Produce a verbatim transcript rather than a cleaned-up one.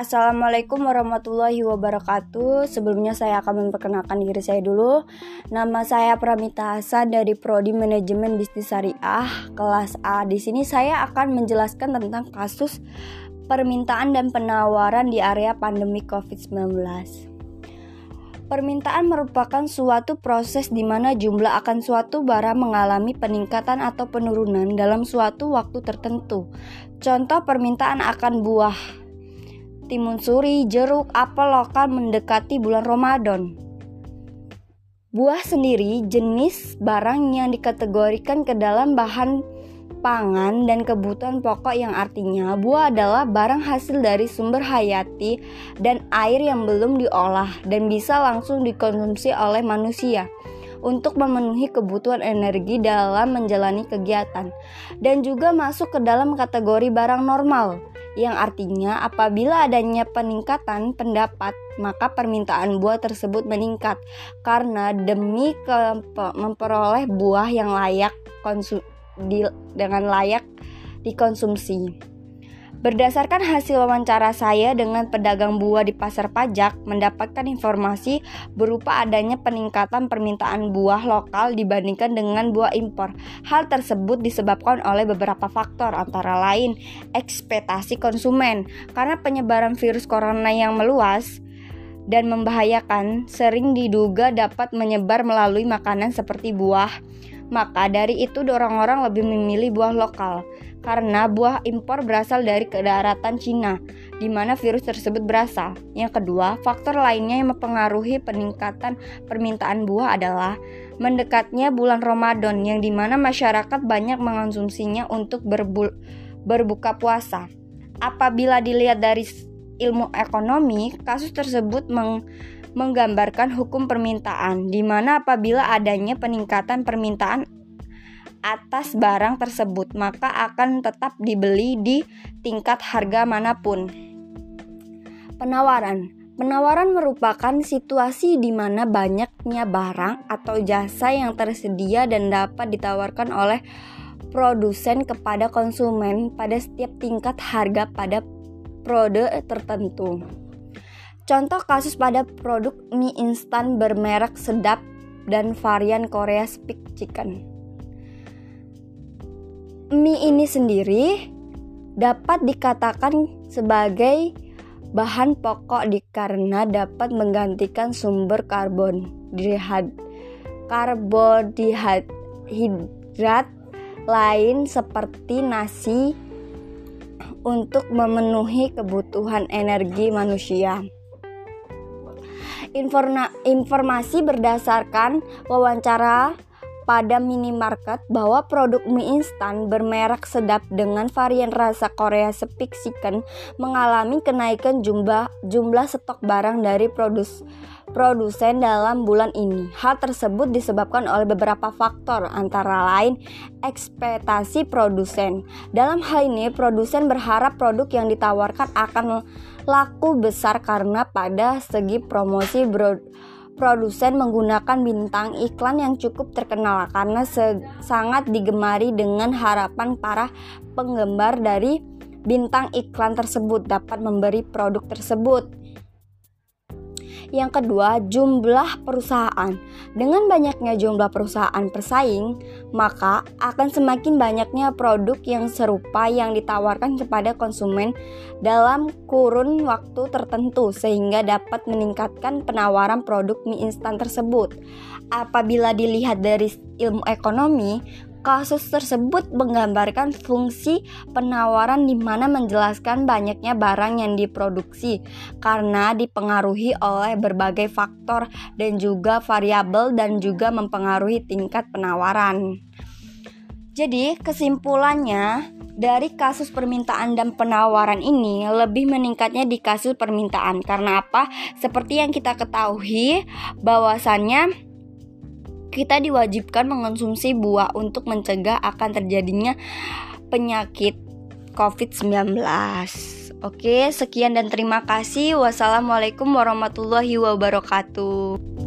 Assalamualaikum warahmatullahi wabarakatuh. Sebelumnya saya akan memperkenalkan diri saya dulu. Nama saya Pramita Hasan dari Prodi Manajemen Bisnis Syariah kelas A. Di sini saya akan menjelaskan tentang kasus permintaan dan penawaran di area pandemi covid sembilan belas. Permintaan merupakan suatu proses di mana jumlah akan suatu barang mengalami peningkatan atau penurunan dalam suatu waktu tertentu. Contoh permintaan akan buah timun suri, jeruk, apel lokal mendekati bulan Ramadan. Buah sendiri jenis barang yang dikategorikan ke dalam bahan pangan dan kebutuhan pokok, yang artinya buah adalah barang hasil dari sumber hayati dan air yang belum diolah dan bisa langsung dikonsumsi oleh manusia untuk memenuhi kebutuhan energi dalam menjalani kegiatan, dan juga masuk ke dalam kategori barang normal, yang artinya apabila adanya peningkatan pendapat, maka permintaan buah tersebut meningkat karena demi ke, memperoleh buah yang layak konsum, di, dengan layak dikonsumsi. Berdasarkan hasil wawancara saya dengan pedagang buah di pasar pajak, mendapatkan informasi berupa adanya peningkatan permintaan buah lokal dibandingkan dengan buah impor. Hal tersebut disebabkan oleh beberapa faktor, antara lain ekspektasi konsumen. Karena penyebaran virus corona yang meluas dan membahayakan sering diduga dapat menyebar melalui makanan seperti buah, maka dari itu orang-orang lebih memilih buah lokal. Karena buah impor berasal dari kedaratan Cina, di mana virus tersebut berasal. Yang kedua, faktor lainnya yang mempengaruhi peningkatan permintaan buah adalah mendekatnya bulan Ramadan, yang dimana masyarakat banyak mengonsumsinya untuk berbu- berbuka puasa. Apabila dilihat dari ilmu ekonomi, kasus tersebut meng- menggambarkan hukum permintaan, di mana apabila adanya peningkatan permintaan atas barang tersebut, maka akan tetap dibeli di tingkat harga manapun. Penawaran Penawaran merupakan situasi di mana banyaknya barang atau jasa yang tersedia dan dapat ditawarkan oleh produsen kepada konsumen pada setiap tingkat harga pada produk tertentu. Contoh kasus pada produk mie instan bermerek Sedap dan varian Korea Speak Chicken. Mie ini sendiri dapat dikatakan sebagai bahan pokok karena dapat menggantikan sumber karbon dihid- karbonhidrat lain seperti nasi untuk memenuhi kebutuhan energi manusia. Informa- informasi berdasarkan wawancara pada minimarket bahwa produk mie instan bermerek Sedap dengan varian rasa Korea Speak Chicken mengalami kenaikan jumlah jumlah stok barang dari produs, produsen dalam bulan ini. Hal tersebut disebabkan oleh beberapa faktor, antara lain ekspektasi produsen. Dalam hal ini, produsen berharap produk yang ditawarkan akan laku besar karena pada segi promosi bro, produsen menggunakan bintang iklan yang cukup terkenal karena se- sangat digemari, dengan harapan para penggemar dari bintang iklan tersebut dapat memberi produk tersebut. Yang kedua, jumlah perusahaan. Dengan banyaknya jumlah perusahaan pesaing, maka akan semakin banyaknya produk yang serupa yang ditawarkan kepada konsumen dalam kurun waktu tertentu, sehingga dapat meningkatkan penawaran produk mie instan tersebut. Apabila dilihat dari ilmu ekonomi, kasus tersebut menggambarkan fungsi penawaran, di mana menjelaskan banyaknya barang yang diproduksi karena dipengaruhi oleh berbagai faktor dan juga variabel, dan juga mempengaruhi tingkat penawaran. Jadi kesimpulannya, dari kasus permintaan dan penawaran ini lebih meningkatnya di kasus permintaan. Karena apa? Seperti yang kita ketahui bahwasannya kita diwajibkan mengonsumsi buah untuk mencegah akan terjadinya penyakit covid sembilan belas. Oke, sekian dan terima kasih. Wassalamualaikum warahmatullahi wabarakatuh.